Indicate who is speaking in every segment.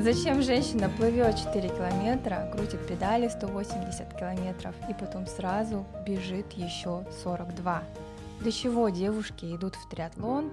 Speaker 1: Зачем женщина плывет 4 километра, крутит педали 180 километров и потом сразу бежит еще 42? Для чего девушки идут в триатлон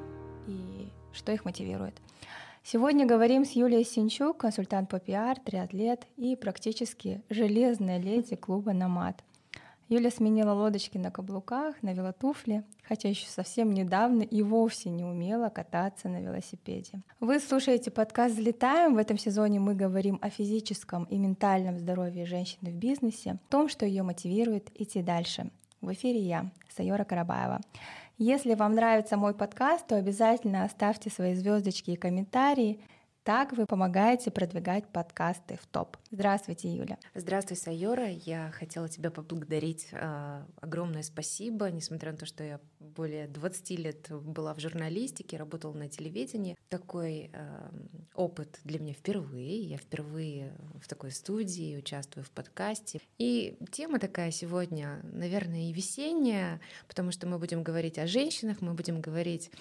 Speaker 1: и что их мотивирует? Сегодня говорим с Юлией Синчук, консультант по пиар, триатлет и практически железная леди клуба «Номад». Юля сменила лодочки на каблуках, на велотуфли, хотя еще совсем недавно и вовсе не умела кататься на велосипеде. Вы слушаете подкаст «Взлетаем». В этом сезоне мы говорим о физическом и ментальном здоровье женщины в бизнесе, о том, что ее мотивирует идти дальше. В эфире я, Сайора Карабаева. Если вам нравится мой подкаст, то обязательно оставьте свои звездочки и комментарии. Так вы помогаете продвигать подкасты в топ. Здравствуйте, Юля.
Speaker 2: Здравствуй, Сайора. Я хотела тебя поблагодарить. Огромное спасибо. Несмотря на то, что я более 20 лет была в журналистике, работала на телевидении. Такой опыт для меня впервые. Я впервые в такой студии участвую в подкасте. И тема такая сегодня, наверное, и весенняя, потому что мы будем говорить о женщинах, мы будем говорить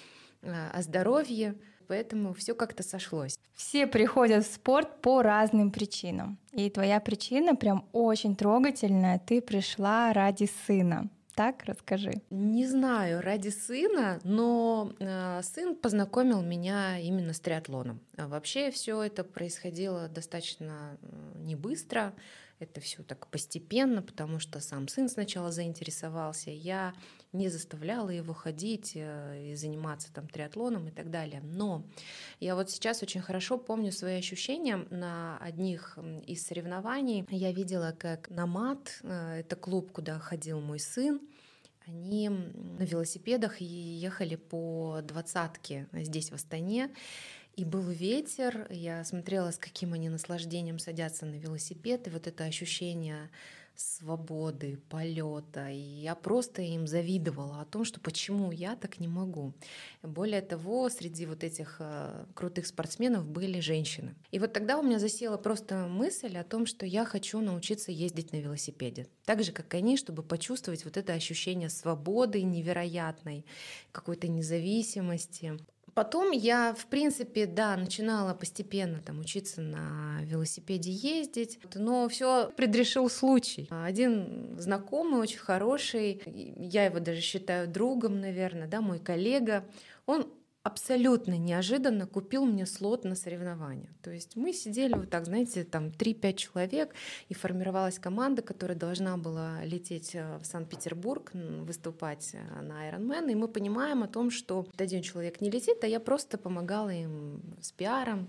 Speaker 2: о здоровье, поэтому все как-то сошлось.
Speaker 1: Все приходят в спорт по разным причинам. И твоя причина прям очень трогательная. Ты пришла ради сына. Так, расскажи.
Speaker 2: Не знаю, ради сына, но сын познакомил меня именно с триатлоном. Вообще все это происходило достаточно не быстро. Это все так постепенно, потому что сам сын сначала заинтересовался. Я не заставляла его ходить и заниматься там триатлоном и так далее. Но я вот сейчас очень хорошо помню свои ощущения на одних из соревнований. Я видела, как «Номад», это клуб, куда ходил мой сын, они на велосипедах ехали по двадцатке здесь, в Астане. И был ветер, я смотрела, с каким они наслаждением садятся на велосипед, и вот это ощущение свободы, полета. И я просто им завидовала о том, что почему я так не могу. Более того, среди вот этих крутых спортсменов были женщины. И вот тогда у меня засела просто мысль о том, что я хочу научиться ездить на велосипеде. Так же, как они, чтобы почувствовать вот это ощущение свободы невероятной, какой-то независимости. Потом я, в принципе, начинала постепенно там учиться на велосипеде ездить, но все предрешил случай. Один знакомый, очень хороший, я его даже считаю другом, наверное, мой коллега, он абсолютно неожиданно купил мне слот на соревнования. То есть мы сидели вот так, знаете, там 3-5 человек, и формировалась команда, которая должна была лететь в Санкт-Петербург, выступать на Ironman, и мы понимаем о том, что один человек не летит, а я просто помогала им с пиаром,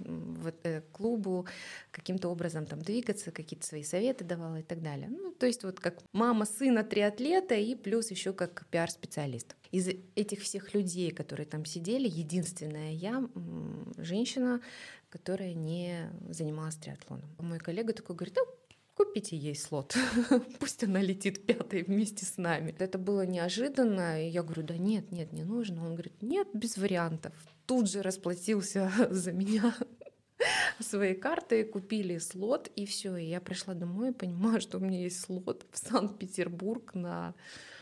Speaker 2: клубу, каким-то образом там двигаться, какие-то свои советы давала и так далее. Ну, то есть вот как мама сына триатлета и плюс еще как пиар-специалист. Из этих всех людей, которые там сидели, единственная я, женщина, которая не занималась триатлоном. Мой коллега такой говорит: купите ей слот, пусть она летит пятой вместе с нами. Это было неожиданно, и я говорю: да нет, не нужно. Он говорит: нет, без вариантов. Тут же расплатился за меня своей картой, купили слот, и все. И я пришла домой и понимаю, что у меня есть слот в Санкт-Петербург на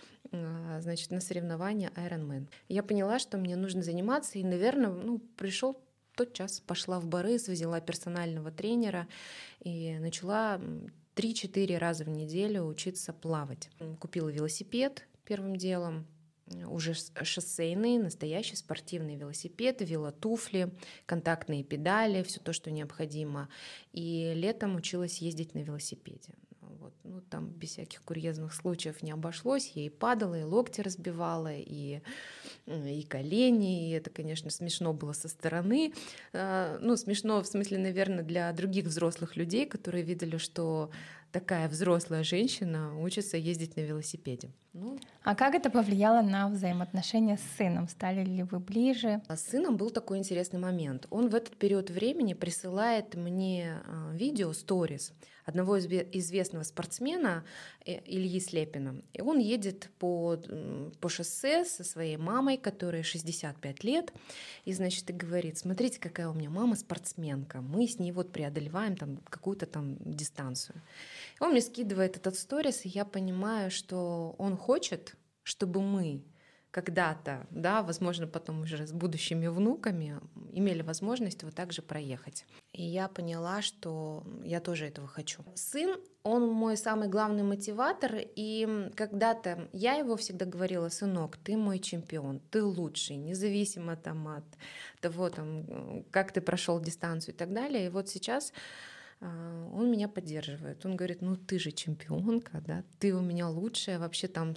Speaker 2: соревнования Ironman. Я поняла, что мне нужно заниматься, и, наверное, пришел тот час. Пошла в Борис, взяла персонального тренера и начала 3-4 раза в неделю учиться плавать. Купила велосипед первым делом, уже шоссейный, настоящий спортивный велосипед, велотуфли, контактные педали, все то, что необходимо. И летом училась ездить на велосипеде. Там без всяких курьезных случаев не обошлось. Я и падала, и локти разбивала, и колени. И это, конечно, смешно было со стороны. Смешно в смысле, наверное, для других взрослых людей, которые видели, что такая взрослая женщина учится ездить на велосипеде.
Speaker 1: А как это повлияло на взаимоотношения с сыном? Стали ли вы ближе?
Speaker 2: С сыном был такой интересный момент. Он в этот период времени присылает мне видео, сторис одного известного спортсмена Ильи Слепина. И он едет по шоссе со своей мамой, которой 65 лет, и, и говорит: смотрите, какая у меня мама спортсменка, мы с ней преодолеваем какую-то дистанцию. И он мне скидывает этот сторис, и я понимаю, что он хочет, чтобы мы когда-то, да, возможно, потом уже с будущими внуками имели возможность вот так же проехать. И я поняла, что я тоже этого хочу. Сын, он мой самый главный мотиватор, и когда-то я его всегда говорила: сынок, ты мой чемпион, ты лучший, независимо там от того, там, как ты прошел дистанцию и так далее. И вот сейчас он меня поддерживает. Он говорит: ну ты же чемпионка, да, ты у меня лучшая, вообще там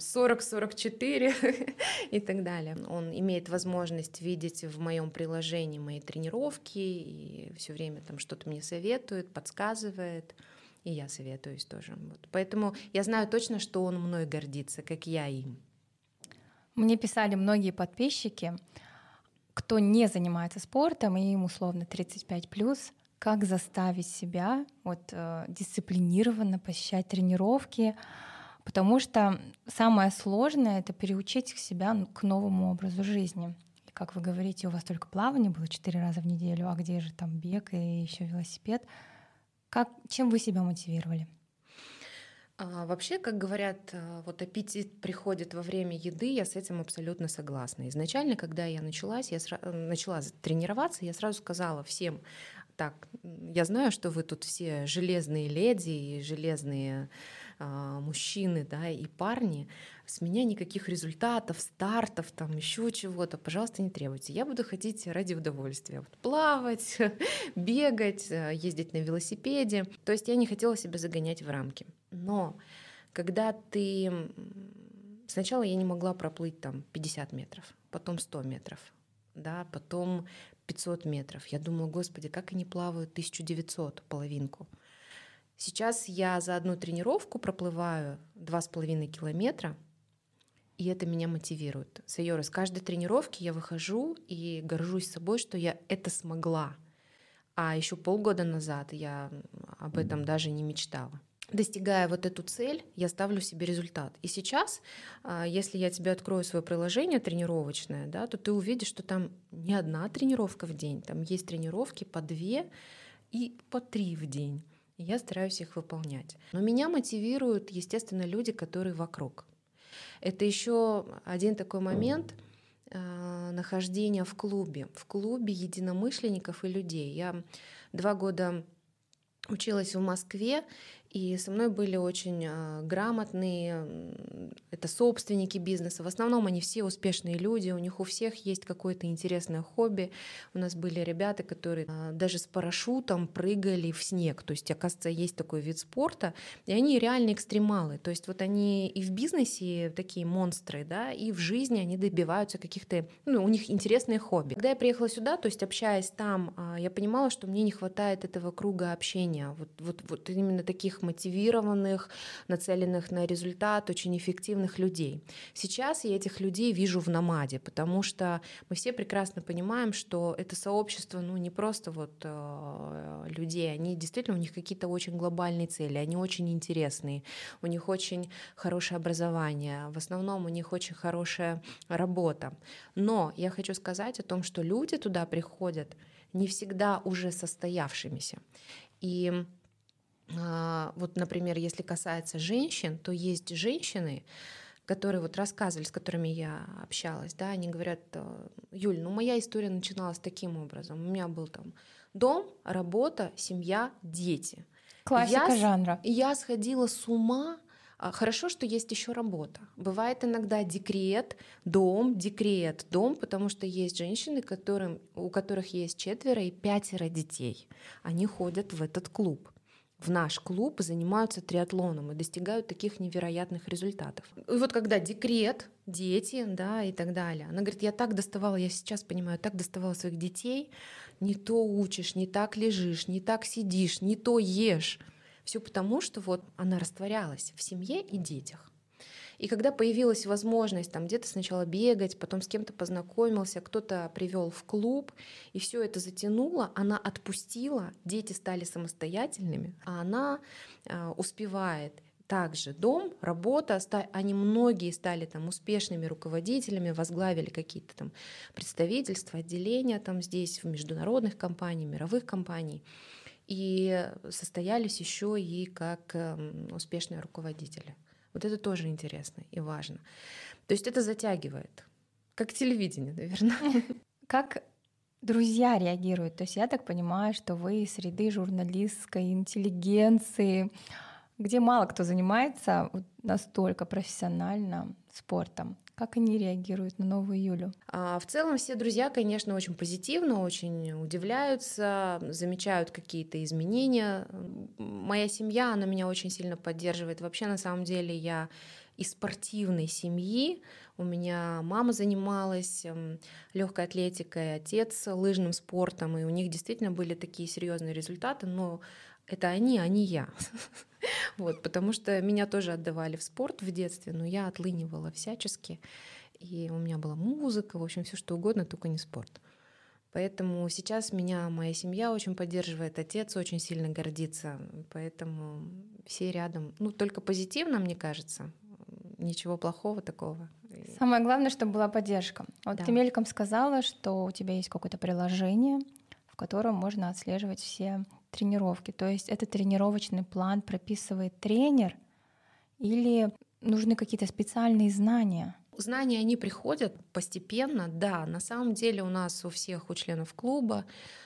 Speaker 2: 40-44 и так далее. Он имеет возможность видеть в моем приложении мои тренировки и все время там что-то мне советует, подсказывает, и я советуюсь тоже. Вот. Поэтому я знаю точно, что он мной гордится, как я им.
Speaker 1: Мне писали многие подписчики, кто не занимается спортом, и им условно 35+, как заставить себя дисциплинированно посещать тренировки, потому что самое сложное — это переучить себя к новому образу жизни. И как вы говорите, у вас только плавание было 4 раза в неделю, а где же там бег и еще велосипед? Чем вы себя мотивировали?
Speaker 2: Вообще, как говорят, вот аппетит приходит во время еды, я с этим абсолютно согласна. Изначально, когда я начала тренироваться, я сразу сказала всем: так, я знаю, что вы тут все железные леди и железные мужчины, да, и парни, с меня никаких результатов, стартов, там еще чего-то, пожалуйста, не требуйте. Я буду ходить ради удовольствия, вот, плавать, бегать, ездить на велосипеде. То есть я не хотела себя загонять в рамки. Но когда сначала я не могла проплыть там 50 метров, потом 100 метров, да, потом 500 метров. Я думала: господи, как они плавают 1900, половинку. Сейчас я за одну тренировку проплываю 2,5 километра, и это меня мотивирует. Сайора, с каждой тренировки я выхожу и горжусь собой, что я это смогла. А еще полгода назад я об этом даже не мечтала. Достигая вот эту цель, я ставлю себе результат. И сейчас, если я тебе открою свое приложение тренировочное, да, то ты увидишь, что там не одна тренировка в день, там есть тренировки по 2 и по 3 в день. И я стараюсь их выполнять. Но меня мотивируют, естественно, люди, которые вокруг. Это еще один такой момент нахождения в клубе единомышленников и людей. Я 2 года училась в Москве, и со мной были очень грамотные, это собственники бизнеса. В основном они все успешные люди, у них у всех есть какое-то интересное хобби. У нас были ребята, которые даже с парашютом прыгали в снег. То есть, оказывается, есть такой вид спорта, и они реально экстремалы. То есть вот они и в бизнесе такие монстры, да, и в жизни они добиваются каких-то, у них интересные хобби. Когда я приехала сюда, то есть общаясь там, я понимала, что мне не хватает этого круга общения, вот именно таких мотивированных, нацеленных на результат, очень эффективных людей. Сейчас я этих людей вижу в Номаде, потому что мы все прекрасно понимаем, что это сообщество, не просто людей, они действительно, у них какие-то очень глобальные цели, они очень интересные, у них очень хорошее образование, в основном у них очень хорошая работа. Но я хочу сказать о том, что люди туда приходят не всегда уже состоявшимися. И вот, например, если касается женщин, то есть женщины, которые рассказывали, с которыми я общалась, да, они говорят: Юль, моя история начиналась таким образом. У меня был там дом, работа, семья, дети.
Speaker 1: Классика жанра.
Speaker 2: Я сходила с ума. Хорошо, что есть еще работа. Бывает иногда декрет, дом, потому что есть женщины, у которых есть 4 и 5 детей. Они ходят в этот клуб. В наш клуб занимаются триатлоном и достигают таких невероятных результатов. И вот когда декрет, дети, да, и так далее. Она говорит: я сейчас понимаю, так доставала своих детей. Не то учишь, не так лежишь, не так сидишь, не то ешь. Все потому, что она растворялась в семье и детях. И когда появилась возможность там где-то сначала бегать, потом с кем-то познакомился, кто-то привел в клуб, и все это затянуло, она отпустила, дети стали самостоятельными, а она успевает. Также дом, работа, они многие стали там успешными руководителями, возглавили какие-то там представительства, отделения там здесь, в международных компаниях, мировых компаний, и состоялись еще и как успешные руководители. Вот это тоже интересно и важно. То есть это затягивает. Как телевидение, наверное.
Speaker 1: Как друзья реагируют? То есть я так понимаю, что вы из среды журналистской интеллигенции, где мало кто занимается вот настолько профессионально спортом. Как они реагируют на новую Юлю?
Speaker 2: В целом все друзья, конечно, очень позитивно, очень удивляются, замечают какие-то изменения. Моя семья, она меня очень сильно поддерживает. Вообще, на самом деле, я из спортивной семьи. У меня мама занималась легкой атлетикой, отец лыжным спортом, и у них действительно были такие серьезные результаты, но это они, а не я. Вот, потому что меня тоже отдавали в спорт в детстве, но я отлынивала всячески. И у меня была музыка, в общем, все что угодно, только не спорт. Поэтому сейчас меня моя семья очень поддерживает, отец очень сильно гордится, поэтому все рядом. Ну, только позитивно, мне кажется, ничего плохого такого.
Speaker 1: Самое главное, чтобы была поддержка. Вот
Speaker 2: Да.
Speaker 1: ты мельком сказала, что у тебя есть какое-то приложение, в котором можно отслеживать все тренировки. То есть этот тренировочный план прописывает тренер или нужны какие-то специальные знания?
Speaker 2: Знания, они приходят постепенно, да. На самом деле у нас у всех, у членов клуба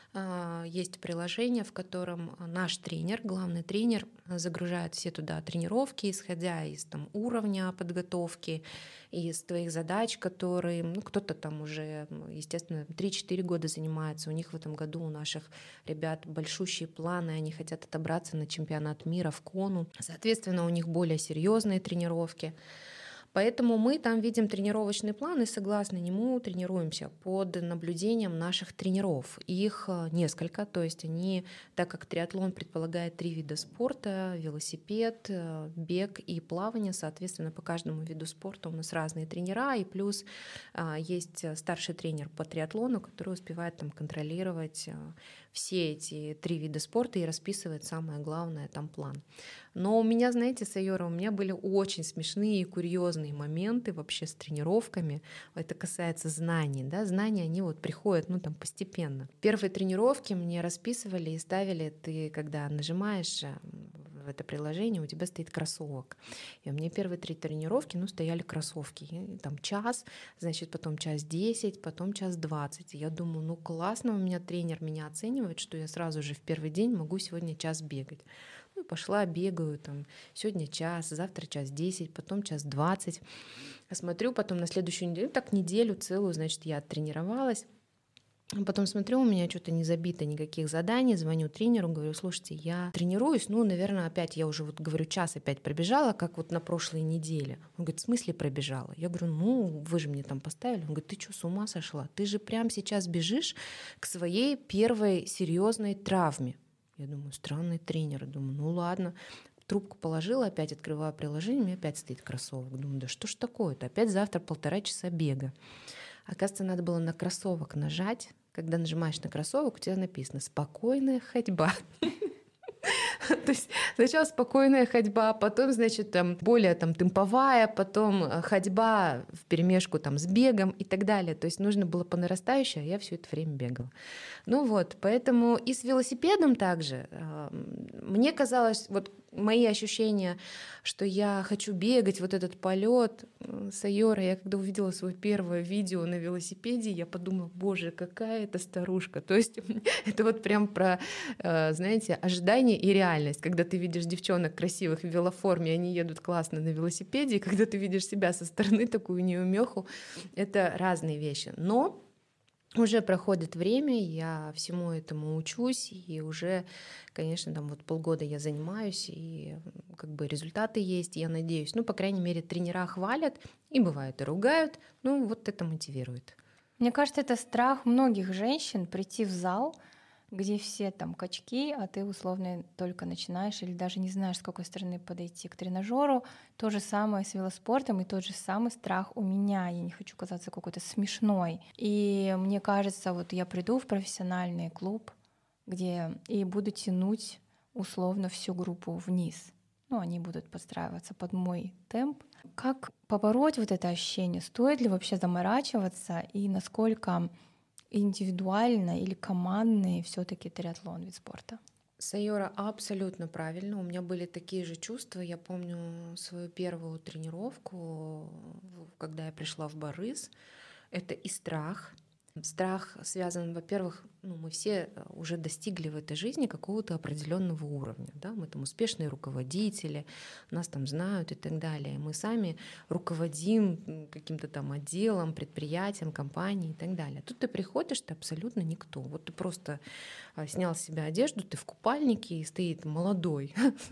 Speaker 2: есть приложение, в котором наш тренер, главный тренер, загружает все туда тренировки, исходя из уровня подготовки, из твоих задач, которые, кто-то там уже, естественно, 3-4 года занимается. У них в этом году, у наших ребят, большущие планы, они хотят отобраться на чемпионат мира в Кону. Соответственно, у них более серьезные тренировки. Поэтому мы там видим тренировочный план и согласно нему тренируемся под наблюдением наших тренеров. Их несколько, то есть они, так как триатлон предполагает 3 вида спорта, велосипед, бег и плавание, соответственно, по каждому виду спорта у нас разные тренера, и плюс есть старший тренер по триатлону, который успевает контролировать все эти 3 вида спорта и расписывает самое главное план. Но у меня, знаете, Сайора, у меня были очень смешные и курьезные моменты вообще с тренировками. Это касается знаний, да, знания, они приходят, постепенно. Первые тренировки мне расписывали и ставили, ты, когда нажимаешь в это приложение, у тебя стоит кроссовок. И у меня первые 3 тренировки, стояли кроссовки. И час, значит, потом час 10, потом час 20. И я думаю, классно, у меня тренер меня оценивает, что я сразу же в первый день могу сегодня час бегать. Пошла, бегаю, сегодня час, завтра час 10, потом час 20. Смотрю потом на следующую неделю, неделю целую, значит, я тренировалась. Потом смотрю, у меня что-то не забито никаких заданий, звоню тренеру, говорю, слушайте, я тренируюсь, наверное, опять, я уже говорю, час опять пробежала, как на прошлой неделе. Он говорит, в смысле пробежала? Я говорю, вы же мне поставили. Он говорит, ты что, с ума сошла? Ты же прямо сейчас бежишь к своей первой серьезной травме. Я думаю, странный тренер. Думаю, ладно. Трубку положила, опять открываю приложение, у меня опять стоит кроссовок. Думаю, да что ж такое-то? Опять завтра 1,5 часа бега. Оказывается, надо было на кроссовок нажать. Когда нажимаешь на кроссовок, у тебя написано «спокойная ходьба». То есть сначала спокойная ходьба, потом, значит, более темповая, потом ходьба вперемешку с бегом и так далее. То есть нужно было по нарастающей, а я все это время бегала. Поэтому и с велосипедом также. Мне казалось, мои ощущения, что я хочу бегать, этот полет. Сайора, я когда увидела свое первое видео на велосипеде, я подумала, боже, какая это старушка. То есть это прям про, знаете, ожидание и реальность. Когда ты видишь девчонок красивых в велоформе, они едут классно на велосипеде, и когда ты видишь себя со стороны, такую неумеху, это разные вещи. Но уже проходит время, я всему этому учусь, и уже, конечно, полгода я занимаюсь, и результаты есть, я надеюсь. По крайней мере, тренера хвалят, и бывает и ругают, это мотивирует.
Speaker 1: Мне кажется, это страх многих женщин прийти в зал, где все качки, а ты условно только начинаешь или даже не знаешь, с какой стороны подойти к тренажеру. То же самое с велоспортом и тот же самый страх у меня. Я не хочу казаться какой-то смешной. И мне кажется, я приду в профессиональный клуб, где и буду тянуть условно всю группу вниз. Они будут подстраиваться под мой темп. Как побороть это ощущение? Стоит ли вообще заморачиваться и насколько индивидуально или командный все-таки триатлон вид спорта?
Speaker 2: Сайора, абсолютно правильно. У меня были такие же чувства. Я помню свою первую тренировку, когда я пришла в Борис. это и страх. Страх связан, во-первых, мы все уже достигли в этой жизни какого-то определенного уровня. Да? Мы там успешные руководители, нас там знают и так далее. Мы сами руководим каким-то там отделом, предприятием, компанией и так далее. Тут ты приходишь, ты абсолютно никто. Вот ты просто снял с себя одежду, ты в купальнике, и стоит молодой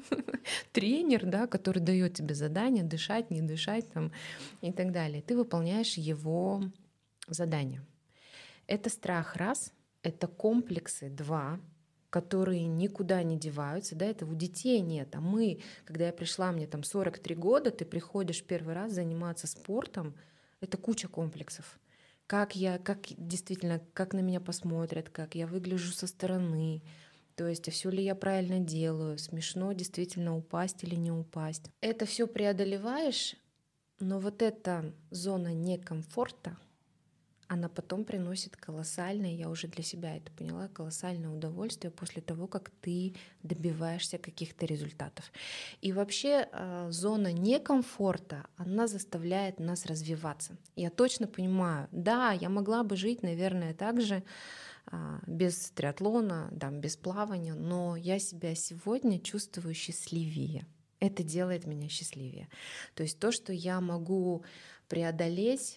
Speaker 2: тренер, да, который дает тебе задание дышать, не дышать там, и так далее. Ты выполняешь его задание. Это страх раз, это комплексы два, которые никуда не деваются, да, это у детей нет, а мы, когда я пришла, мне там 43 года, ты приходишь первый раз заниматься спортом, это куча комплексов. Как действительно, как на меня посмотрят, как я выгляжу со стороны, то есть, все ли я правильно делаю, смешно действительно упасть или не упасть. Это все преодолеваешь, но вот эта зона некомфорта, она потом приносит колоссальное, я уже для себя это поняла, колоссальное удовольствие после того, как ты добиваешься каких-то результатов. И вообще зона некомфорта, она заставляет нас развиваться. Я точно понимаю, да, я могла бы жить, наверное, так же, без триатлона, там, без плавания, но я себя сегодня чувствую счастливее. Это делает меня счастливее. То есть то, что я могу преодолеть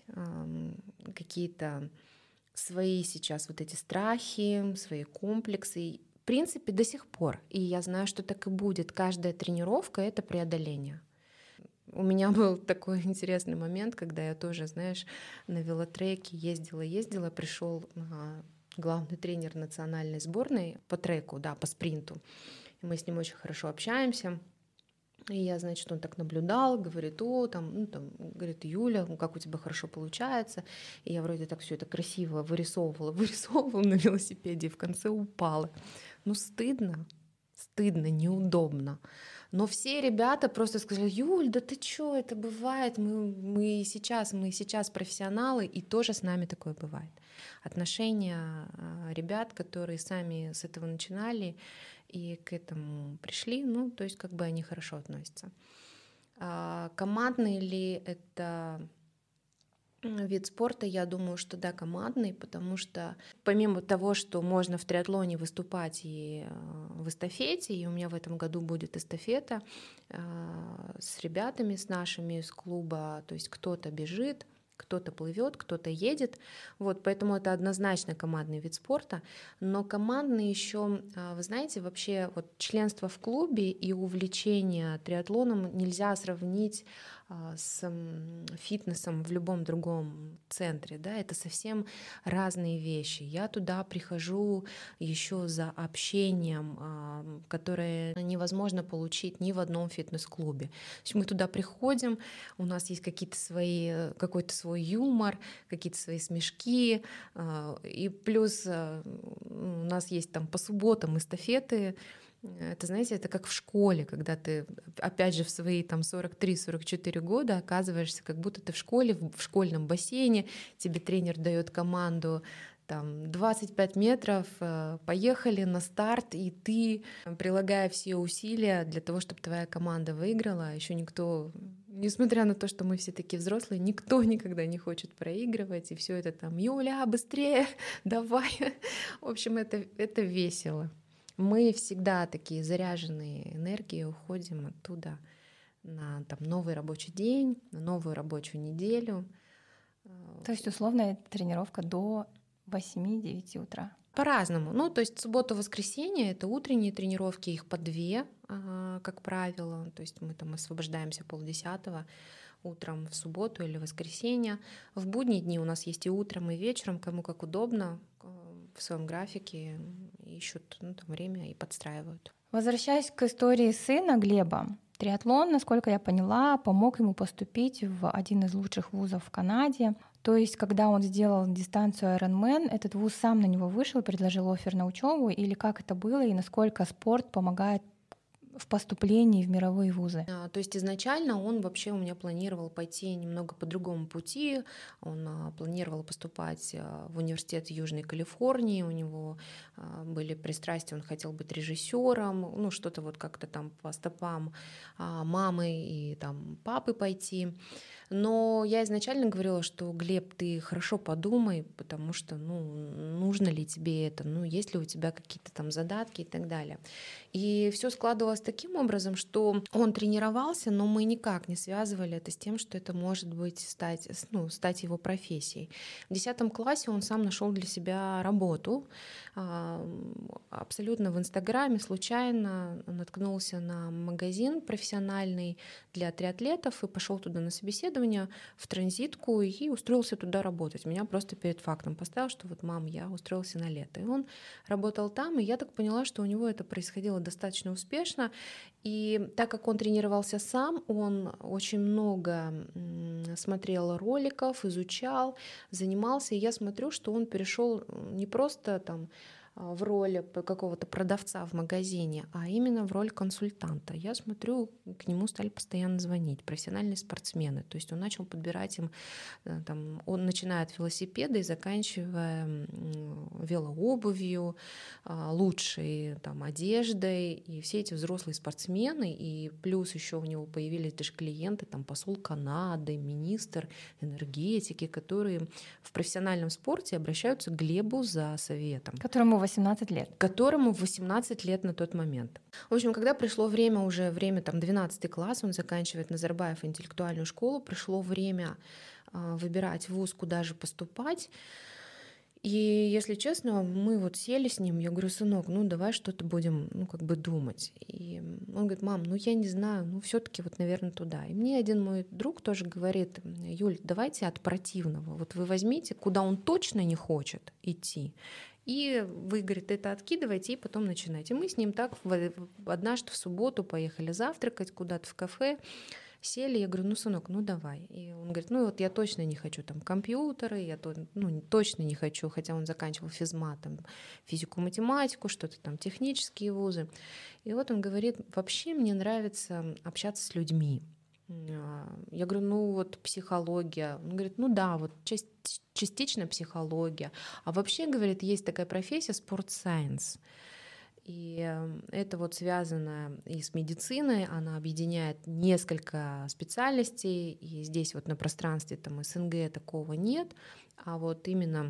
Speaker 2: какие-то свои сейчас вот эти страхи, свои комплексы, в принципе, до сих пор. И я знаю, что так и будет. Каждая тренировка — это преодоление. У меня был такой интересный момент, когда я тоже, знаешь, на велотреке ездила, пришел главный тренер национальной сборной по треку, да, по спринту. И мы с ним очень хорошо общаемся. И я, значит, он так наблюдал, говорит, говорит, Юля, как у тебя хорошо получается. И я вроде так все это красиво вырисовывала на велосипеде, и в конце упала. Стыдно, неудобно. Но все ребята просто сказали: Юль, да ты чё, это бывает, мы сейчас профессионалы, и тоже с нами такое бывает. Отношения ребят, которые сами с этого начинали и к этому пришли, то есть как бы они хорошо относятся. Командный ли это вид спорта? Я думаю, что да, командный, потому что помимо того, что можно в триатлоне выступать и в эстафете, и у меня в этом году будет эстафета с ребятами, с нашими из клуба, то есть кто-то бежит, кто-то плывет, кто-то едет. Поэтому это однозначно командный вид спорта. Но командный еще, вы знаете, вообще членство в клубе и увлечение триатлоном нельзя сравнить с фитнесом в любом другом центре. Да? Это совсем разные вещи. Я туда прихожу еще за общением, которое невозможно получить ни в одном фитнес-клубе. То есть мы туда приходим, у нас есть какой-то свой юмор, какие-то свои смешки, и плюс у нас есть там по субботам эстафеты. Это, знаете, это как в школе, когда ты, опять же, в свои там 43-44 года оказываешься, как будто ты в школе, в школьном бассейне, тебе тренер дает команду там 25 метров, поехали на старт, и ты, прилагая все усилия для того, чтобы твоя команда выиграла, еще никто, несмотря на то, что мы все такие взрослые, никто никогда не хочет проигрывать, и все это там: Юля, быстрее, давай. В общем, это весело. Мы всегда такие заряженные энергией уходим оттуда на новый рабочий день, на новую рабочую неделю.
Speaker 1: То есть условная тренировка до 8-9 утра?
Speaker 2: По-разному. То есть суббота-воскресенье — это утренние тренировки, их по 2, как правило. То есть мы там освобождаемся 9:30 утром в субботу или воскресенье. В будние дни у нас есть и утром, и вечером, кому как удобно, в своем графике ищут время и подстраивают.
Speaker 1: Возвращаясь к истории сына Глеба, триатлон, насколько я поняла, помог ему поступить в один из лучших вузов в Канаде. То есть, когда он сделал дистанцию Ironman, этот вуз сам на него вышел, предложил оффер на учебу, или как это было, и насколько спорт помогает в поступлении в мировые вузы?
Speaker 2: То есть изначально он вообще у меня планировал пойти немного по другому пути. Он планировал поступать в университет Южной Калифорнии. У него были пристрастия, он хотел быть режиссером, что-то как-то там по стопам мамы и там папы пойти. Но я изначально говорила, что, Глеб, ты хорошо подумай, потому что, нужно ли тебе это, есть ли у тебя какие-то там задатки и так далее. И все складывалось таким образом, что он тренировался, но мы никак не связывали это с тем, что это может быть стать его профессией. В 10 классе он сам нашел для себя работу. Абсолютно в Инстаграме случайно наткнулся на магазин профессиональный для триатлетов и пошел туда на собеседование в транзитку и устроился туда работать. Меня просто перед фактом поставил, что вот, мам, я устроился на лето. И он работал там, и я так поняла, что у него это происходило достаточно успешно. И так как он тренировался сам, он очень много смотрел роликов, изучал, занимался. И я смотрю, что он перешел не просто там в роль какого-то продавца в магазине, а именно в роль консультанта. Я смотрю, к нему стали постоянно звонить профессиональные спортсмены. То есть он начал подбирать им, он начиная от велосипеда и заканчивая велообувью, лучшей одеждой. И все эти взрослые спортсмены, и плюс еще у него появились даже клиенты, посол Канады, министр энергетики, которые в профессиональном спорте обращаются к Глебу за советом.
Speaker 1: Которому 18 лет.
Speaker 2: Которому 18 лет на тот момент. В общем, когда пришло время 12 класс, он заканчивает Назарбаев интеллектуальную школу, пришло время выбирать вуз, куда же поступать. И, если честно, мы сели с ним, я говорю, сынок, давай что-то будем, думать. И он говорит, мам, я не знаю, все-таки наверное, туда. И мне один мой друг тоже говорит, Юль, давайте от противного. Вы возьмите, куда он точно не хочет идти, и вы, говорит, это откидывайте, и потом начинайте. Мы с ним так однажды в субботу поехали завтракать куда-то в кафе, сели, я говорю, сынок, давай. И он говорит, я точно не хочу компьютеры, я точно не хочу, хотя он заканчивал физмат, физику, математику, что-то технические вузы. И он говорит, вообще мне нравится общаться с людьми. Я говорю, психология. Он говорит, частично психология. А вообще, говорит, есть такая профессия спортсайенс. И это связано и с медициной, она объединяет несколько специальностей, и здесь на пространстве СНГ такого нет, а именно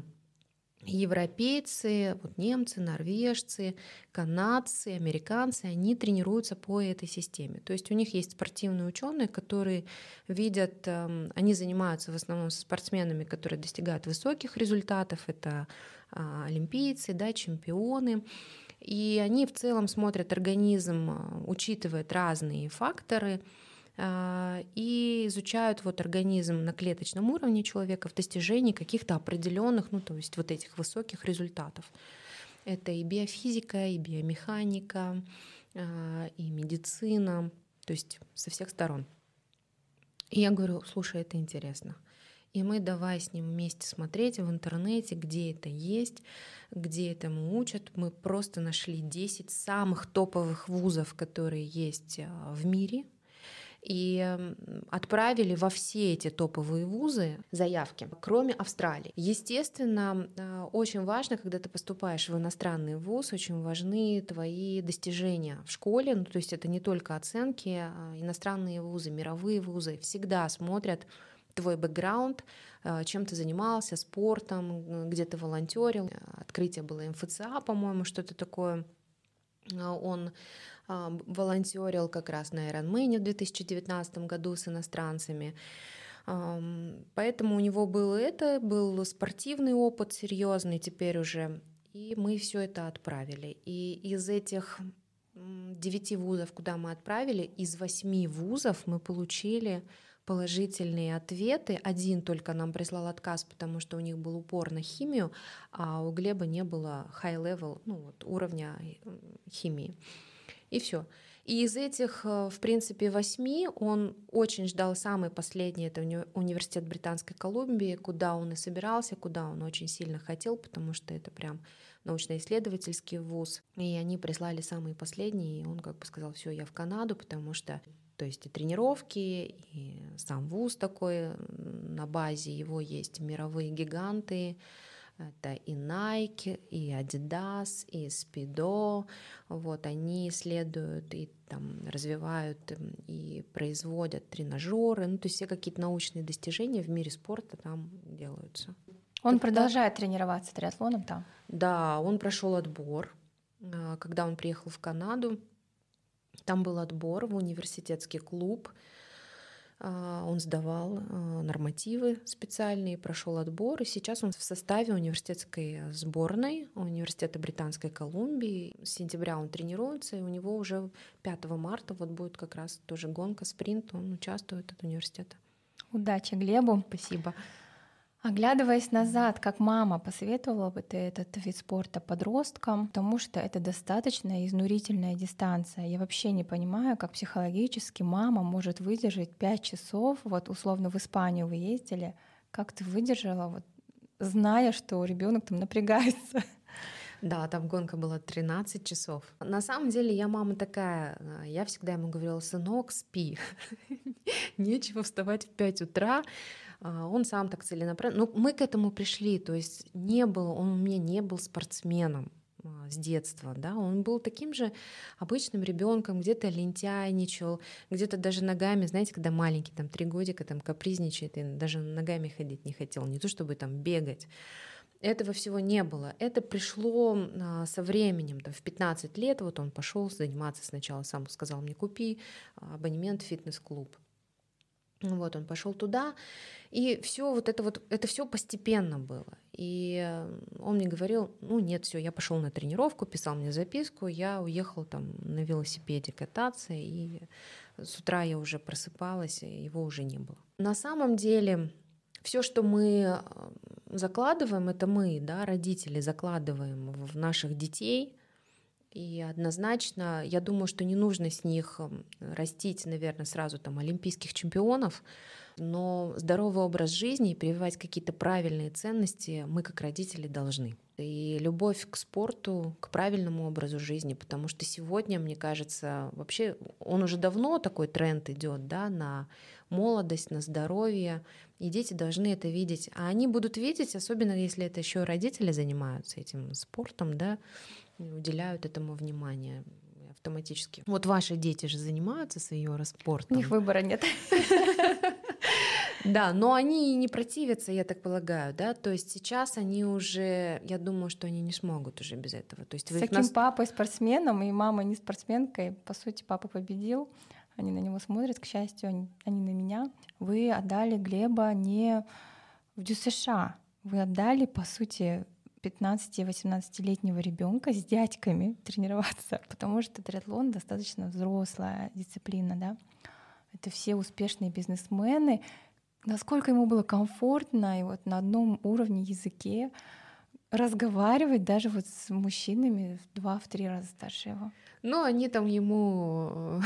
Speaker 2: европейцы, немцы, норвежцы, канадцы, американцы, они тренируются по этой системе. То есть у них есть спортивные ученые, которые видят, они занимаются в основном со спортсменами, которые достигают высоких результатов, это олимпийцы, чемпионы. И они в целом смотрят организм, учитывают разные факторы, и изучают организм на клеточном уровне человека в достижении каких-то определенных, то есть этих высоких результатов. Это и биофизика, и биомеханика, и медицина, то есть со всех сторон. И я говорю, слушай, это интересно. И мы давай с ним вместе смотреть в интернете, где это есть, где этому учат. Мы просто нашли 10 самых топовых вузов, которые есть в мире, и отправили во все эти топовые вузы заявки, кроме Австралии. Естественно, очень важно, когда ты поступаешь в иностранный вуз, очень важны твои достижения в школе. То есть это не только оценки, иностранные вузы, мировые вузы всегда смотрят твой бэкграунд, чем ты занимался, спортом, где ты волонтерил. Открытие было МФЦА, по-моему, что-то такое. Он волонтерил как раз на Ironman в 2019 году с иностранцами. Поэтому у него был спортивный опыт серьезный теперь уже. И мы все это отправили. И из этих 9 вузов, куда мы отправили, из 8 вузов мы получили положительные ответы. Один только нам прислал отказ, потому что у них был упор на химию, а у Глеба не было high-level, уровня химии. И все. И из этих, в принципе, 8 он очень ждал самый последний, это университет Британской Колумбии, куда он и собирался, куда он очень сильно хотел, потому что это прям научно-исследовательский вуз. И они прислали самые последние, и он сказал, все, я в Канаду, потому что то есть и тренировки, и сам вуз такой, на базе его есть мировые гиганты, Это и Nike, и Adidas, и Speedo. Вот, они исследуют и там развивают и производят тренажеры. Ну, то есть все какие-то научные достижения в мире спорта там делаются.
Speaker 1: Он
Speaker 2: Вот
Speaker 1: продолжает тренироваться триатлоном там?
Speaker 2: Да, он прошел отбор. Когда он приехал в Канаду, там был отбор в университетский клуб. Он сдавал нормативы специальные, прошел отбор, и сейчас он в составе университетской сборной Университета Британской Колумбии. С сентября он тренируется, и у него уже 5 марта вот будет как раз тоже гонка, спринт, он участвует от университета.
Speaker 1: Удачи Глебу.
Speaker 2: Спасибо.
Speaker 1: Оглядываясь назад, как мама, посоветовала бы ты этот вид спорта подросткам, потому что это достаточно изнурительная дистанция. Я вообще не понимаю, как психологически мама может выдержать 5 часов, вот условно в Испанию вы ездили, как ты выдержала, вот, зная, что ребенок там напрягается.
Speaker 2: Да, там гонка была 13 часов. На самом деле я мама такая, я всегда ему говорила: сынок, спи, нечего вставать в 5 утра. Он сам так целенаправленно. Но мы к этому пришли, то есть он у меня не был спортсменом с детства, да, он был таким же обычным ребенком, где-то лентяйничал, где-то даже ногами, знаете, когда маленький, там 3 годика, там капризничает, и даже ногами ходить не хотел, не то чтобы там бегать. Этого всего не было. Это пришло со временем. Там, в 15 лет вот он пошел заниматься сначала, сам сказал мне: купи абонемент в фитнес-клуб. Вот он пошел туда, и все это все постепенно было. И он мне говорил: ну нет, все, я пошел на тренировку, писал мне записку, я уехал там на велосипеде кататься, и с утра я уже просыпалась, и его уже не было. На самом деле все, что мы закладываем, это мы, да, родители, закладываем в наших детей. И однозначно, я думаю, что не нужно с них растить, наверное, сразу там олимпийских чемпионов, но здоровый образ жизни и прививать какие-то правильные ценности мы, как родители, должны. И любовь к спорту, к правильному образу жизни, потому что сегодня, мне кажется, вообще он уже давно такой тренд идет, да, на молодость, на здоровье, и дети должны это видеть. А они будут видеть, особенно если это еще родители занимаются этим спортом, да, уделяют этому внимание автоматически. Вот ваши дети же занимаются спортом.
Speaker 1: У них выбора нет.
Speaker 2: Да, но они не противятся, я так полагаю, да, то есть сейчас они уже, я думаю, что они не смогут уже без этого. То есть
Speaker 1: с таким папой спортсменом и мамой не спортсменкой, по сути, папа победил, они на него смотрят, к счастью, они на меня. Вы отдали Глеба не в ДЮСШ, вы отдали, по сути, 15-18-летнего ребенка с дядьками тренироваться, потому что триатлон достаточно взрослая дисциплина, да. Это все успешные бизнесмены. Насколько ему было комфортно и вот на одном уровне языке разговаривать даже вот с мужчинами в 2-3 раза старше его.
Speaker 2: Ну, они там его,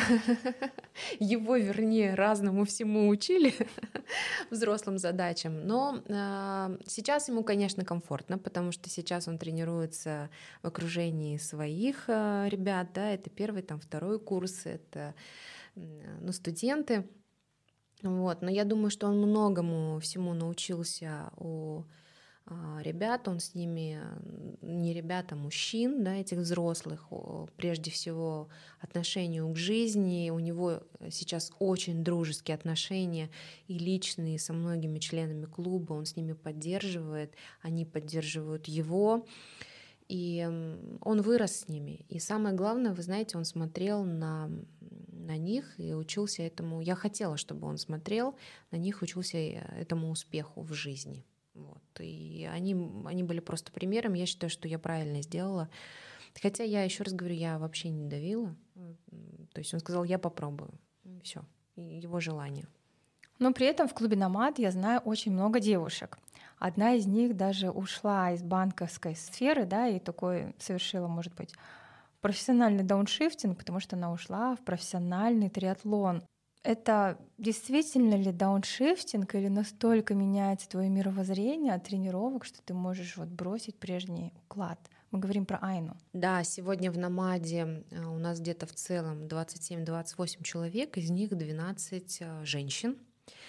Speaker 2: вернее, разному всему учили, взрослым задачам. Но сейчас ему, конечно, комфортно, потому что сейчас он тренируется в окружении своих ребят, да, это первый, там, второй курс, это студенты. Вот. Но я думаю, что он многому всему научился у ребят, он с ними, не ребят, а мужчин, да, этих взрослых, прежде всего отношению к жизни. У него сейчас очень дружеские отношения и личные со многими членами клуба, он с ними поддерживает, они поддерживают его, и он вырос с ними. И самое главное, вы знаете, он смотрел на них и учился этому. Я хотела, чтобы он смотрел на них, учился этому успеху в жизни. Вот. И они были просто примером. Я считаю, что я правильно сделала. Хотя я еще раз говорю, я вообще не давила. То есть он сказал: я попробую. Все. Его желание.
Speaker 1: Но при этом в клубе «Номад» я знаю очень много девушек. Одна из них даже ушла из банковской сферы, да, и такой совершила, может быть, профессиональный дауншифтинг, потому что она ушла в профессиональный триатлон. Это действительно ли дауншифтинг или настолько меняется твое мировоззрение от тренировок, что ты можешь вот бросить прежний уклад? Мы говорим про Айну.
Speaker 2: Да, сегодня в «Номаде» у нас где-то в целом 27-28 человек, из них 12 женщин.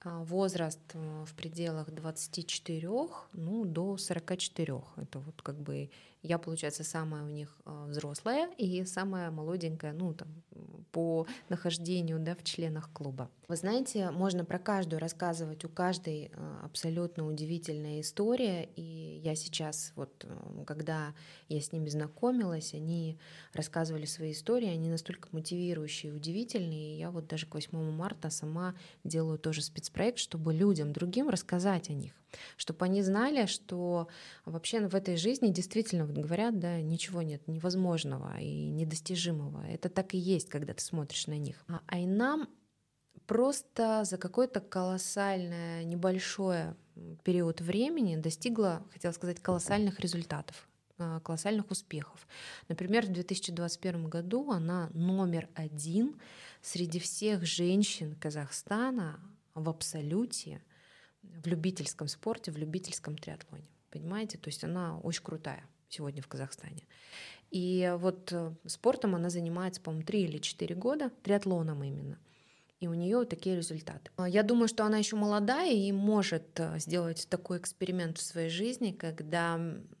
Speaker 2: возраст в пределах 24, ну, до 44. Это вот как бы я, получается, самая у них взрослая и самая молоденькая, ну, там, по нахождению, да, в членах клуба. Вы знаете, можно про каждую рассказывать, у каждой абсолютно удивительная история, и я сейчас, вот, когда я с ними знакомилась, они рассказывали свои истории, они настолько мотивирующие и удивительные, и я вот даже к 8 марта сама делаю тоже спецпроект, чтобы людям другим рассказать о них, чтобы они знали, что вообще в этой жизни действительно, вот говорят, да, ничего нет невозможного и недостижимого. Это так и есть, когда ты смотришь на них. А и нам просто за какой-то колоссальный небольшой период времени достигла, хотела сказать, колоссальных результатов, колоссальных успехов. Например, в 2021 году она номер 1 среди всех женщин Казахстана в абсолюте, в любительском спорте, в любительском триатлоне. Понимаете? То есть она очень крутая сегодня в Казахстане. И вот спортом она занимается, по-моему, 3 или 4 года, триатлоном именно. И у нее такие результаты. Я думаю, что она еще молодая и может сделать такой эксперимент в своей жизни, когда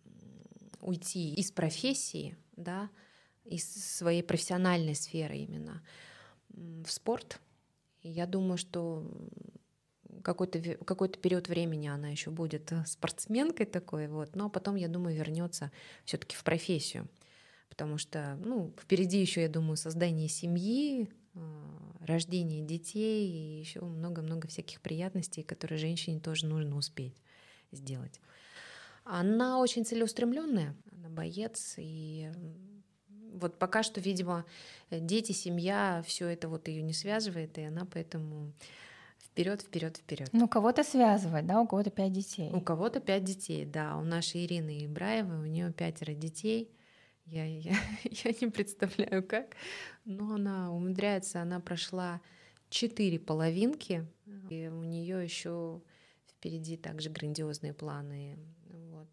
Speaker 2: уйти из профессии, да, из своей профессиональной сферы именно в спорт. И я думаю, что какой-то период времени она еще будет спортсменкой такой, вот, но потом, я думаю, вернется все-таки в профессию, потому что, ну, впереди еще, я думаю, создание семьи, рождение детей и еще много-много всяких приятностей, которые женщине тоже нужно успеть сделать. Она очень целеустремленная, она боец, и вот пока что, видимо, дети, семья, все это вот ее не связывает, и она поэтому вперед, вперед, вперед.
Speaker 1: Ну, кого-то связывает, да, у кого-то 5 детей.
Speaker 2: У кого-то 5 детей, да. У нашей Ирины Ибраевой, у нее 5 детей. Я не представляю, как, но она умудряется, она прошла 4 половинки, и у нее еще впереди также грандиозные планы. Вот.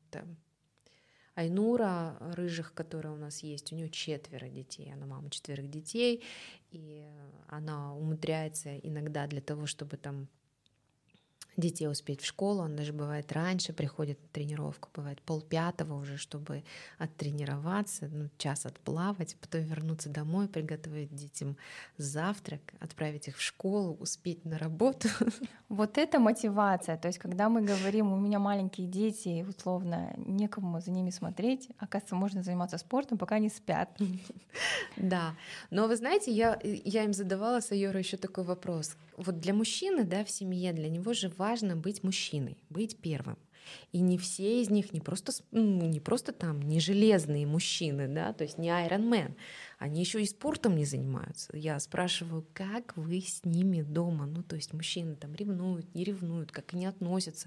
Speaker 2: Айнура Рыжих, которая у нас есть, у нее 4 детей, она мама 4 детей, и она умудряется иногда для того, чтобы там детей успеть в школу, он даже бывает раньше приходит на тренировку, бывает 4:30 уже, чтобы оттренироваться, час отплавать, потом вернуться домой, приготовить детям завтрак, отправить их в школу, успеть на работу.
Speaker 1: Вот это мотивация. То есть, когда мы говорим, у меня маленькие дети, и условно некому за ними смотреть, оказывается, можно заниматься спортом, пока они спят.
Speaker 2: Да, но вы знаете, я им задавала с Айорой еще такой вопрос. Вот для мужчины, да, в семье, для него же важно быть мужчиной, быть первым. И не все из них не просто там не железные мужчины, да, то есть не Iron Man, они еще и спортом не занимаются. Я спрашиваю, как вы с ними дома, ну то есть мужчины там ревнуют, не ревнуют, как они относятся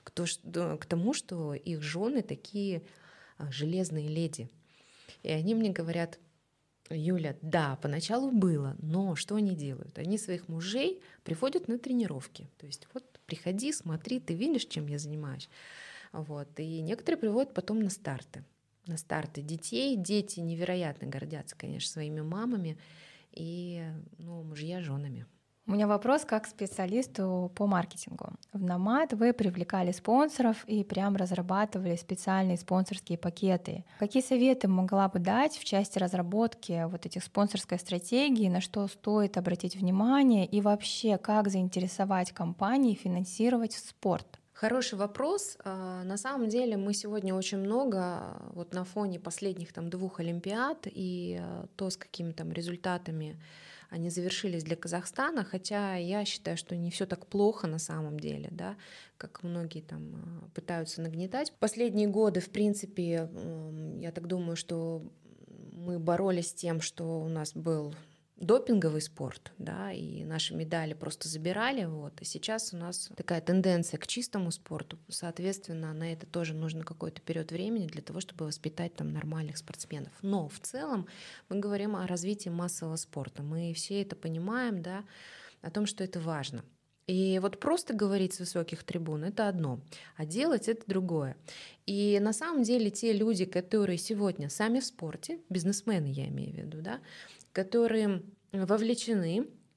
Speaker 2: к тому, что их жены такие железные леди. И они мне говорят: Юля, да, поначалу было, но что они делают? Они своих мужей приводят на тренировки. То есть вот приходи, смотри, ты видишь, чем я занимаюсь. Вот. И некоторые приводят потом на старты. На старты детей. Дети невероятно гордятся, конечно, своими мамами и мужья женами.
Speaker 1: У меня вопрос как специалисту по маркетингу. В Nomad вы привлекали спонсоров и прям разрабатывали специальные спонсорские пакеты. Какие советы могла бы дать в части разработки вот этих спонсорской стратегии, на что стоит обратить внимание и вообще как заинтересовать компании финансировать спорт?
Speaker 2: Хороший вопрос. На самом деле мы сегодня очень много вот на фоне последних 2 Олимпиад и то, с какими там результатами они завершились для Казахстана, хотя я считаю, что не все так плохо на самом деле, да, как многие там пытаются нагнетать. Последние годы, в принципе, я так думаю, что мы боролись с тем, что у нас был допинговый спорт, да, и наши медали просто забирали, вот, и сейчас у нас такая тенденция к чистому спорту, соответственно, на это тоже нужно какой-то период времени для того, чтобы воспитать там нормальных спортсменов. Но в целом мы говорим о развитии массового спорта, мы все это понимаем, да, о том, что это важно. И вот просто говорить с высоких трибун — это одно, а делать — это другое. И на самом деле те люди, которые сегодня сами в спорте, бизнесмены я имею в виду, да, которые вовлечены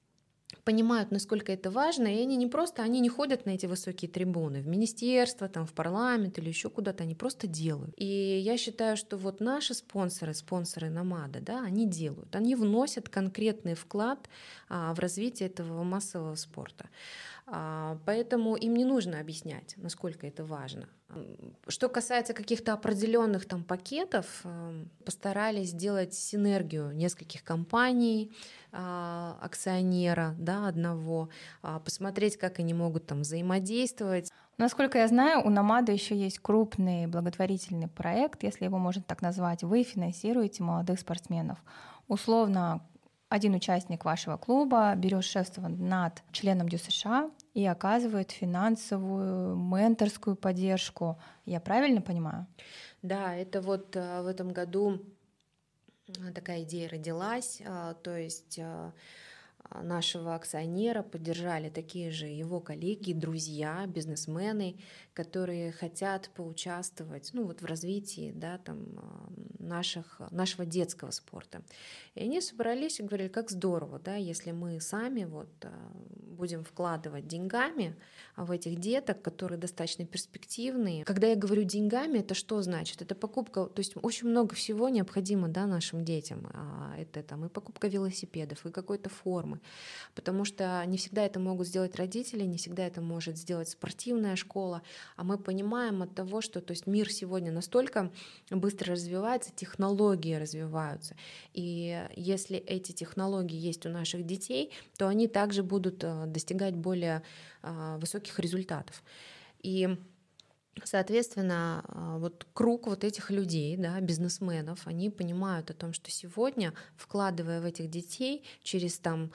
Speaker 2: понимают, насколько это важно, и они они не ходят на эти высокие трибуны в министерство, там, в парламент или еще куда-то, они просто делают. И я считаю, что вот наши спонсоры Номада, да, они делают, они вносят конкретный вклад в развитие этого массового спорта. Поэтому им не нужно объяснять, насколько это важно. Что касается каких-то определенных там пакетов, постарались сделать синергию нескольких компаний, акционера, да, одного, посмотреть, как они могут там взаимодействовать.
Speaker 1: Насколько я знаю, у Номада еще есть крупный благотворительный проект, если его можно так назвать. Вы финансируете молодых спортсменов. Условно, один участник вашего клуба берет шефство над членом ДЮСШ и оказывает финансовую, менторскую поддержку. Я правильно понимаю?
Speaker 2: Да, это вот в этом году такая идея родилась, то есть нашего акционера поддержали такие же его коллеги, друзья, бизнесмены, которые хотят поучаствовать, ну, вот в развитии, да, там, нашего детского спорта. И они собрались и говорили, как здорово, да, если мы сами вот будем вкладывать деньгами в этих деток, которые достаточно перспективные. Когда я говорю деньгами, это что значит? Это покупка, то есть очень много всего необходимо, да, нашим детям. Это там и покупка велосипедов, и какой-то формы, потому что не всегда это могут сделать родители, не всегда это может сделать спортивная школа, а мы понимаем от того, что, то есть, мир сегодня настолько быстро развивается, технологии развиваются, и если эти технологии есть у наших детей, то они также будут достигать более высоких результатов. И соответственно, вот круг вот этих людей, да, бизнесменов, они понимают о том, что сегодня, вкладывая в этих детей через там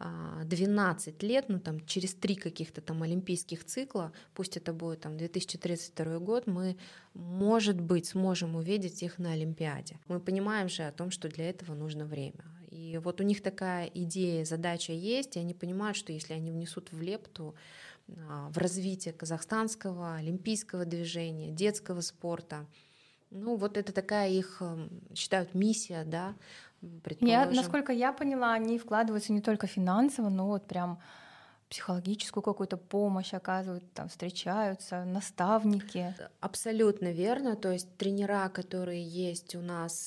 Speaker 2: 12 лет, ну там через 3 каких-то там олимпийских цикла, пусть это будет там 2032 год, мы, может быть, сможем увидеть их на Олимпиаде. Мы понимаем же о том, что для этого нужно время. И вот у них такая идея, задача есть, и они понимают, что если они внесут в лепту в развитие казахстанского, олимпийского движения, детского спорта. Ну, вот это такая их, считают, миссия, да, предположим.
Speaker 1: Насколько я поняла, они вкладываются не только финансово, но вот прям психологическую какую-то помощь оказывают, там встречаются, наставники.
Speaker 2: Абсолютно верно. То есть тренера, которые есть у нас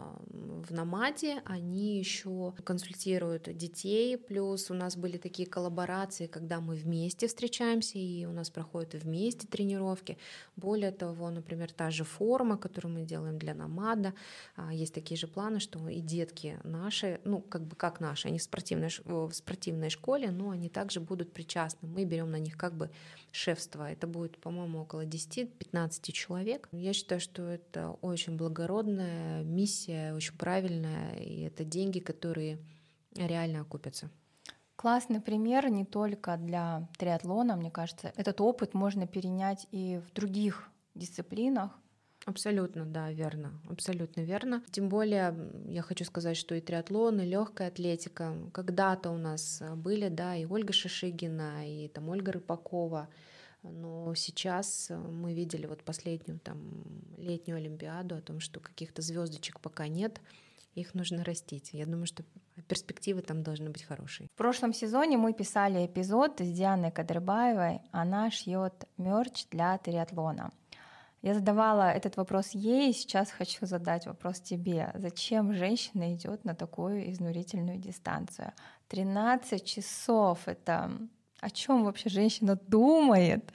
Speaker 2: в Номаде, они еще консультируют детей. Плюс у нас были такие коллаборации, когда мы вместе встречаемся, и у нас проходят вместе тренировки. Более того, например, та же форма, которую мы делаем для Номада, есть такие же планы, что и детки наши, ну, как наши, они в спортивной школе, но они также будут причастны. Мы берем на них как бы шефство. Это будет, по-моему, около 10-15 человек. Я считаю, что это очень благородная миссия, очень правильная, и это деньги, которые реально окупятся.
Speaker 1: Классный пример не только для триатлона, мне кажется. Этот опыт можно перенять и в других дисциплинах.
Speaker 2: Абсолютно, да, верно, абсолютно верно. Тем более, я хочу сказать, что и триатлон, и легкая атлетика когда-то у нас были, да, и Ольга Шишигина, и там Ольга Рыпакова. Но сейчас мы видели вот последнюю там летнюю Олимпиаду о том, что каких-то звездочек пока нет, их нужно растить. Я думаю, что перспективы там должны быть хорошие.
Speaker 1: В прошлом сезоне мы писали эпизод с Дианой Кадрыбаевой. Она шьет мерч для триатлона. Я задавала этот вопрос ей, сейчас хочу задать вопрос тебе. Зачем женщина идет на такую изнурительную дистанцию? 13 часов — это о чем вообще женщина думает?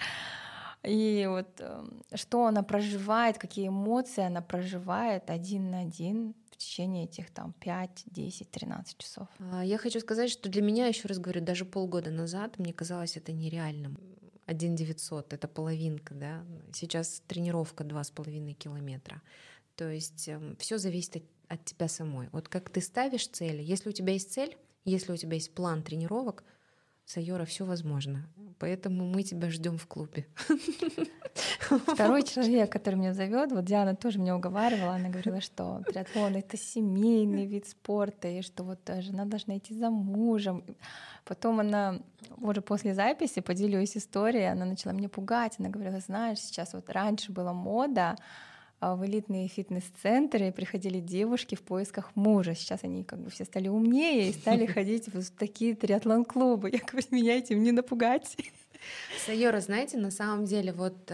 Speaker 1: И вот что она проживает, какие эмоции она проживает один на один в течение этих там 5, 10, 13 часов.
Speaker 2: Я хочу сказать, что для меня, еще раз говорю, даже полгода назад мне казалось это нереальным. 1900 — это половинка, да. Сейчас тренировка 2,5 километра. То есть все зависит от тебя самой. Вот как ты ставишь цели, если у тебя есть цель, если у тебя есть план тренировок, Сайора, все возможно. Поэтому мы тебя ждем в клубе.
Speaker 1: Второй человек, который меня зовет, вот Диана тоже меня уговаривала, она говорила, что триатлон — это семейный вид спорта, и что вот жена должна идти за мужем. Потом она уже после записи, поделюсь историей, она начала меня пугать, она говорила, знаешь, сейчас вот раньше была мода в элитные фитнес-центры приходили девушки в поисках мужа. Сейчас они как бы все стали умнее и стали ходить в такие триатлон-клубы. Я говорю, меня этим не напугать.
Speaker 2: Сайора, знаете, на самом деле, вот,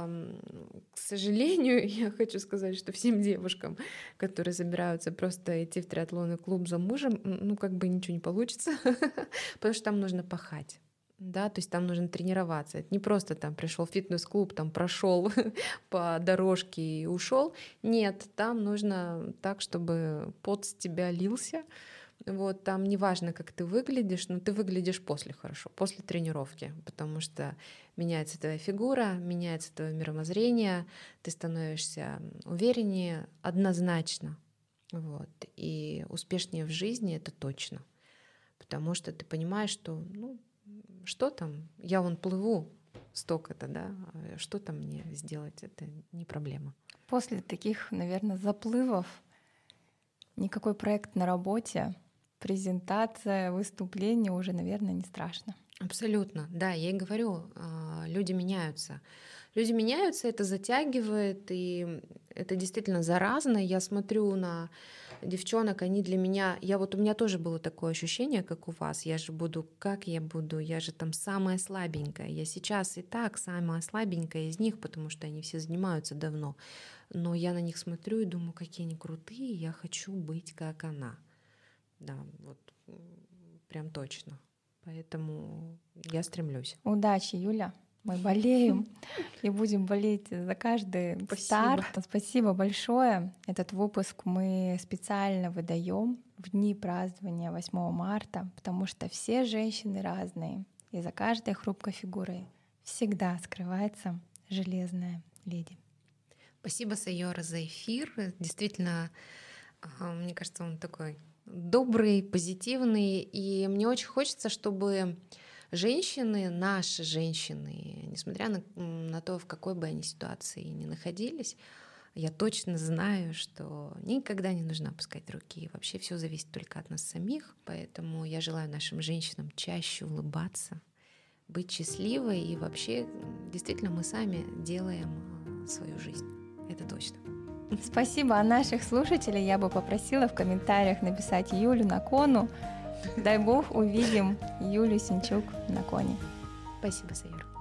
Speaker 2: к сожалению, я хочу сказать, что всем девушкам, которые собираются просто идти в триатлонный клуб за мужем, ну, как бы ничего не получится, потому что там нужно пахать. Да, то есть там нужно тренироваться. Это не просто там пришел в фитнес-клуб, там прошел по дорожке и ушел. Нет, там нужно так, чтобы пот с тебя лился. Вот, там не важно, как ты выглядишь, но ты выглядишь после хорошо, после тренировки, потому что меняется твоя фигура, меняется твое мировоззрение, ты становишься увереннее однозначно. Вот, и успешнее в жизни это точно. Потому что ты понимаешь, что, ну, что там, я вон плыву столько-то, да, что там мне сделать, это не проблема.
Speaker 1: После таких, наверное, заплывов никакой проект на работе, презентация, выступление уже, наверное, не страшно.
Speaker 2: Абсолютно, да, я и говорю, люди меняются. Люди меняются, это затягивает, и это действительно заразно. Я смотрю на девчонок, они для меня... у меня тоже было такое ощущение, как у вас. Я же буду, как я буду? Я же там самая слабенькая. Я сейчас и так самая слабенькая из них, потому что они все занимаются давно. Но я на них смотрю и думаю, какие они крутые, я хочу быть как она. Да, вот прям точно. Поэтому я стремлюсь.
Speaker 1: Удачи, Юля. Мы болеем и будем болеть за каждый старт. Спасибо большое. Этот выпуск мы специально выдаем в дни празднования 8 марта, потому что все женщины разные, и за каждой хрупкой фигурой всегда скрывается железная леди.
Speaker 2: Спасибо, Сайора, за эфир. Действительно, мне кажется, он такой добрый, позитивный, и мне очень хочется, чтобы женщины, наши женщины, несмотря на то, в какой бы они ситуации ни находились, я точно знаю, что никогда не нужно опускать руки. Вообще все зависит только от нас самих, поэтому я желаю нашим женщинам чаще улыбаться, быть счастливой, и вообще действительно мы сами делаем свою жизнь. Это точно.
Speaker 1: Спасибо. А наших слушателей я бы попросила в комментариях написать Юлю на кону. Дай бог увидим Юлю Синчук на коне.
Speaker 2: Спасибо, Сайор.